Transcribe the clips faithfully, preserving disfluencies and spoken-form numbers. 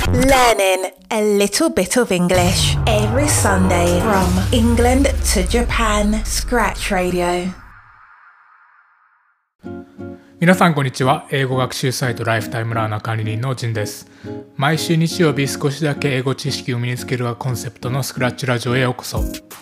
Learning a little bit of English every Sunday from England to Japan. Scratch Radio. 皆さんこんにちは。英語学習サイトライフタイムラーナー管理人のジンです。毎週日曜日少しだけ英語知識を身につけるがコンセプトのスクラッチラジオへようこそ。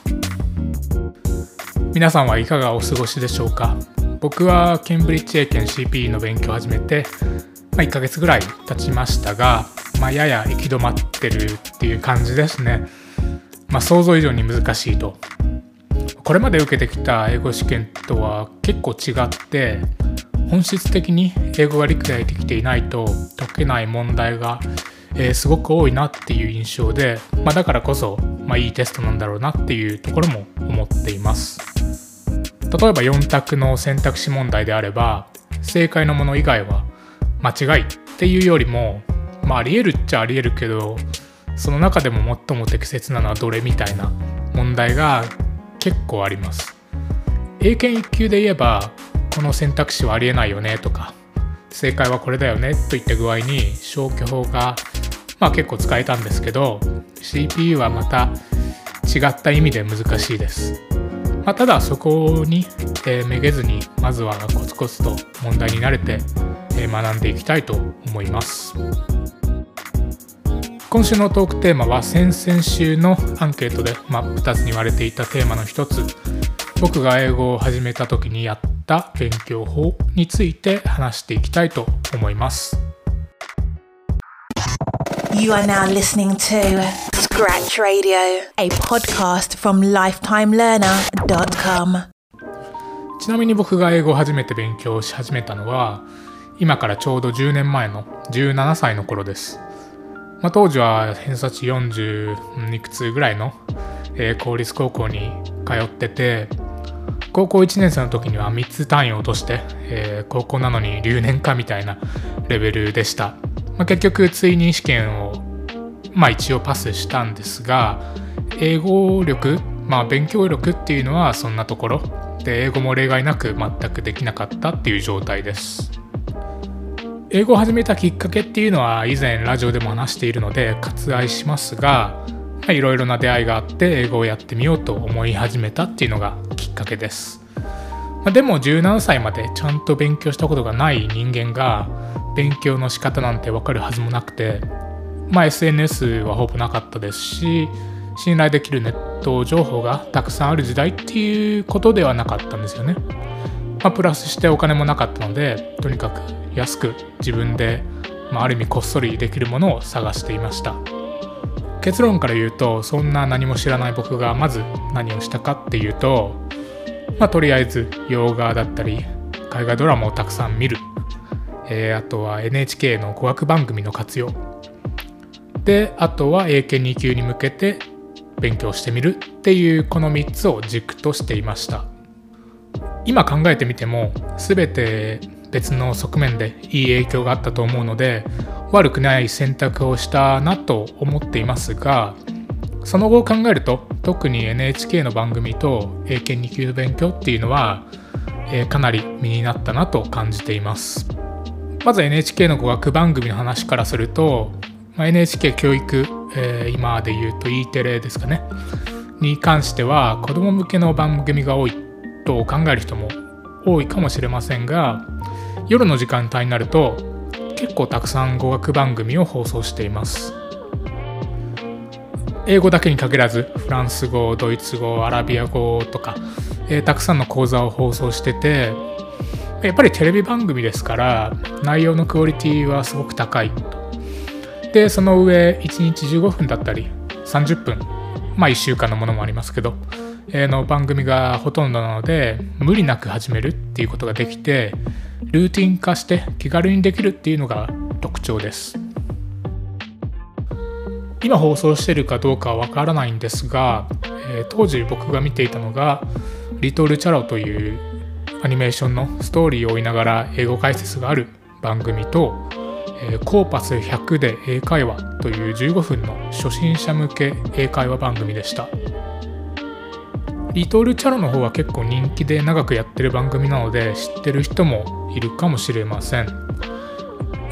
皆さんはいかがお過ごしでしょうか。僕はケンブリッジ英検 シーピーイー の勉強を始めて、まあ、いっかげつぐらい経ちましたが、まあ、やや行き止まってるっていう感じですね。まあ、想像以上に難しいと。これまで受けてきた英語試験とは結構違って、本質的に英語が理解できていないと解けない問題が、えー、すごく多いなっていう印象で、まあ、だからこそ、まあ、いいテストなんだろうなっていうところも思っています。例えばよん択の選択肢問題であれば、正解のもの以外は間違いっていうよりも、まあ、あり得るっちゃあり得るけど、その中でも最も適切なのはどれみたいな問題が結構あります。英検いっ級で言えば、この選択肢はありえないよねとか、正解はこれだよねといった具合に消去法が、まあ、結構使えたんですけど、 シーピーユー はまた違った意味で難しいです。まあ、ただそこに、えー、めげずにまずはコツコツと問題に慣れて、えー、学んでいきたいと思います。今週のトークテーマは先々週のアンケートで真っ二つに割れていたテーマの一つ、僕が英語を始めた時にやった勉強法について話していきたいと思います。 You are now listening to Scratch Radio, a podcast from lifetime learner dot com. ちなみに僕が英語を初めて勉強し始めたのは今からちょうどじゅうねんまえのじゅうななさいの頃です。まあ、当時は偏差値よんじゅういくつぐらいの、えー、公立高校に通ってて、高校いちねん生の時にはみっつ単位を落として、えー、高校なのに留年かみたいなレベルでした。まあ、結局追認試験を、まあ、一応パスしたんですが、英語力、まあ、勉強力っていうのはそんなところで、英語も例外なく全くできなかったっていう状態です。英語を始めたきっかけっていうのは以前ラジオでも話しているので割愛しますが、いろいろな出会いがあって英語をやってみようと思い始めたっていうのがきっかけです。まあ、でもじゅうななさいまでちゃんと勉強したことがない人間が勉強の仕方なんて分かるはずもなくて、まあ、エスエヌエス はほぼなかったですし、信頼できるネット情報がたくさんある時代っていうことではなかったんですよね。まあ、プラスしてお金もなかったので、とにかく安く自分で、まあ、ある意味こっそりできるものを探していました。結論から言うと、そんな何も知らない僕がまず何をしたかっていうと、まあ、とりあえず洋画だったり海外ドラマをたくさん見る、えー、あとは エヌエイチケー の語学番組の活用で、あとは英検に級に向けて勉強してみるっていう、このみっつを軸としていました。今考えてみても全て別の側面でいい影響があったと思うので、悪くない選択をしたなと思っていますが、その後を考えると特に エヌエイチケー の番組と英検に級の勉強っていうのは、えー、かなり身になったなと感じています。まず エヌエイチケー の語学番組の話からすると、まあ、エヌエイチケー 教育、えー、今で言うと E テレですかねに関しては子ども向けの番組が多いと考える人も多いかもしれませんが、夜の時間帯になると結構たくさん語学番組を放送しています。英語だけに限らずフランス語、ドイツ語、アラビア語とか、えー、たくさんの講座を放送してて、やっぱりテレビ番組ですから内容のクオリティはすごく高いと。でその上いちにちじゅうごふんだったりさんじゅっぷん、まあいっしゅうかんのものもありますけど、の番組がほとんどなので、無理なく始めるっていうことができて、ルーティン化して気軽にできるっていうのが特徴です。今放送しているかどうかはわからないんですが、えー、当時僕が見ていたのがリトルチャロというアニメーションのストーリーを追いながら英語解説がある番組と、えー、コーパスひゃくで英会話というじゅうごふんの初心者向け英会話番組でした。リトルチャロの方は結構人気で長くやってる番組なので知ってる人もいるかもしれません。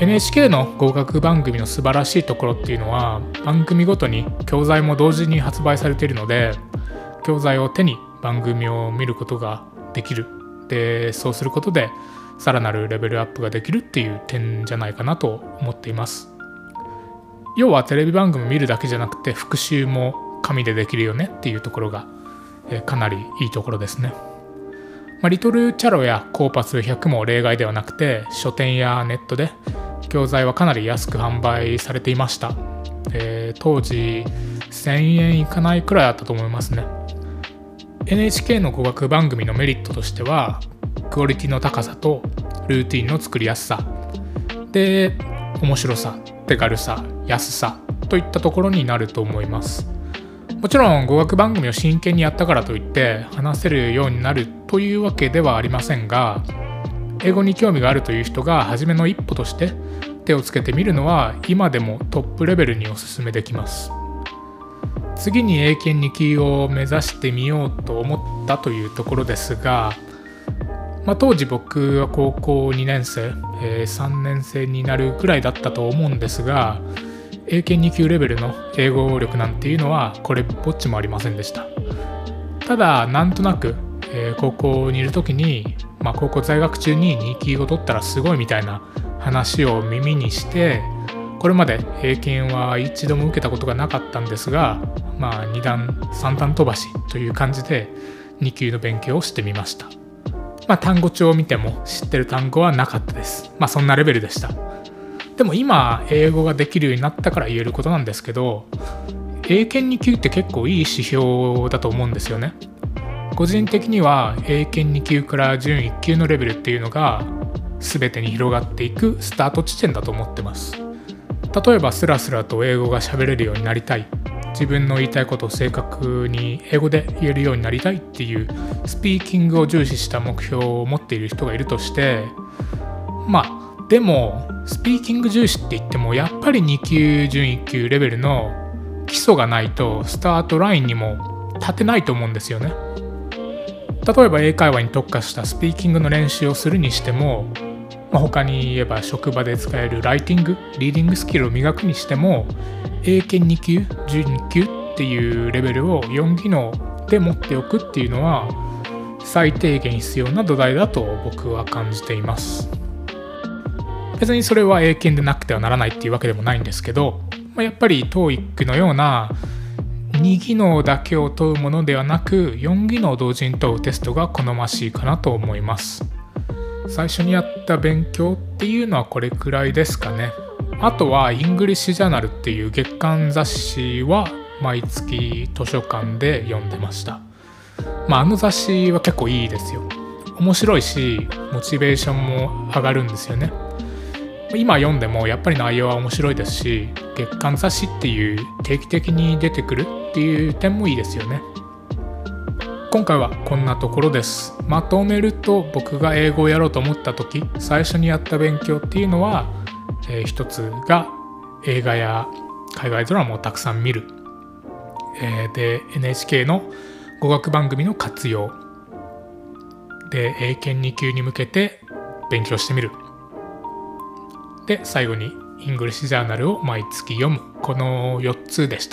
エヌエイチケー の語学番組の素晴らしいところっていうのは、番組ごとに教材も同時に発売されているので、教材を手に番組を見ることができる。で、そうすることでさらなるレベルアップができるっていう点じゃないかなと思っています。要はテレビ番組見るだけじゃなくて復習も紙でできるよねっていうところが、えー、かなりいいところですね。まあ、リトルチャロやコーパスひゃくも例外ではなくて、書店やネットで教材はかなり安く販売されていました。えー、当時せんえんいかないくらいあったと思いますね。エヌエイチケー の語学番組のメリットとしては、クオリティの高さとルーティンの作りやすさで、面白さ、手軽さ、安さといったところになると思います。もちろん語学番組を真剣にやったからといって話せるようになるというわけではありませんが、英語に興味があるという人が初めの一歩として手をつけてみるのは今でもトップレベルにおすすめできます。次に英検に級を目指してみようと思ったというところですが、まあ、当時僕は高校にねんせい、えー、さんねんせいになるくらいだったと思うんですが、英検に級レベルの英語力なんていうのはこれっぽっちもありませんでした。ただなんとなく、えー、高校にいる時に、まあ、高校在学中にに級を取ったらすごいみたいな話を耳にして、これまで英検は一度も受けたことがなかったんですが、まあ、に段さん段飛ばしという感じでに級の勉強をしてみました。まあ、単語帳を見ても知ってる単語はなかったです。まあそんなレベルでした。でも今英語ができるようになったから言えることなんですけど、英検に級って結構いい指標だと思うんですよね。個人的には英検に級から準いっ級のレベルっていうのが全てに広がっていくスタート地点だと思ってます。例えばスラスラと英語が喋れるようになりたい、自分の言いたいことを正確に英語で言えるようになりたいっていうスピーキングを重視した目標を持っている人がいるとして、まあでもスピーキング重視って言ってもやっぱりに級準いっ級レベルの基礎がないとスタートラインにも立てないと思うんですよね。例えば英会話に特化したスピーキングの練習をするにしても、まあ、他に言えば職場で使えるライティング、リーディングスキルを磨くにしても、英検に級、準いっ級っていうレベルをよん技能で持っておくっていうのは最低限必要な土台だと僕は感じています。別にそれは英検でなくてはならないっていうわけでもないんですけど、まあ、やっぱり トーイック のようなに技能だけを問うものではなくよん技能を同時に問うテストが好ましいかなと思います。最初にやった勉強っていうのはこれくらいですかね。あとはイングリッシュジャーナルっていう月刊雑誌は毎月図書館で読んでました。まあ、あの雑誌は結構いいですよ。面白いしモチベーションも上がるんですよね。今読んでもやっぱり内容は面白いですし、月刊雑誌っていう定期的に出てくるっていう点もいいですよね。今回はこんなところです。まとめると、僕が英語をやろうと思った時最初にやった勉強っていうのは、えー、一つが映画や海外ドラマをたくさん見る、えー、で エヌエイチケー の語学番組の活用で、英検に級に向けて勉強してみる、で最後にイングリッシュジャーナルを毎月読む、このよっつでした。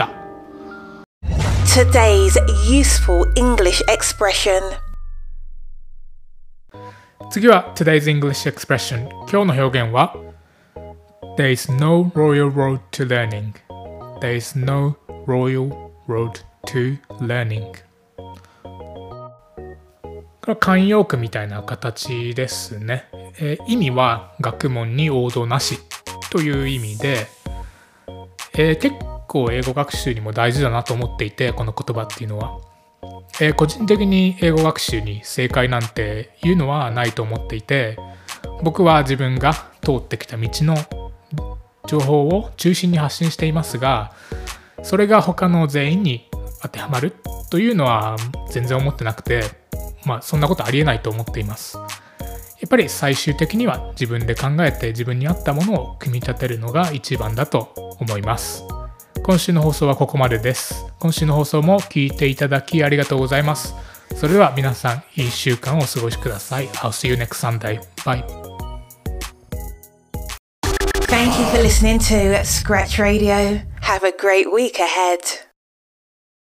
Today's useful English expression. 次は Today's English expression。 今日の表現は There is no royal road to learning. There is no royal road to learning。 これは慣用句みたいな形ですね。えー、意味は学問に王道なしという意味で、えー、結構英語学習にも大事だなと思っていて、この言葉っていうのは、えー、個人的に英語学習に正解なんていうのはないと思っていて、僕は自分が通ってきた道の情報を中心に発信していますが、それが他の全員に当てはまるというのは全然思ってなくて、まあそんなことありえないと思っています。やっぱり最終的には自分で考えて自分に合ったものを組み立てるのが一番だと思います。今週の放送はここまでです。今週の放送も聞いていただきありがとうございます。それでは皆さん、いいいっしゅうかんをお過ごしください。I'll see you next Sunday. Bye. for listening to Scratch Radio. Have a great week ahead.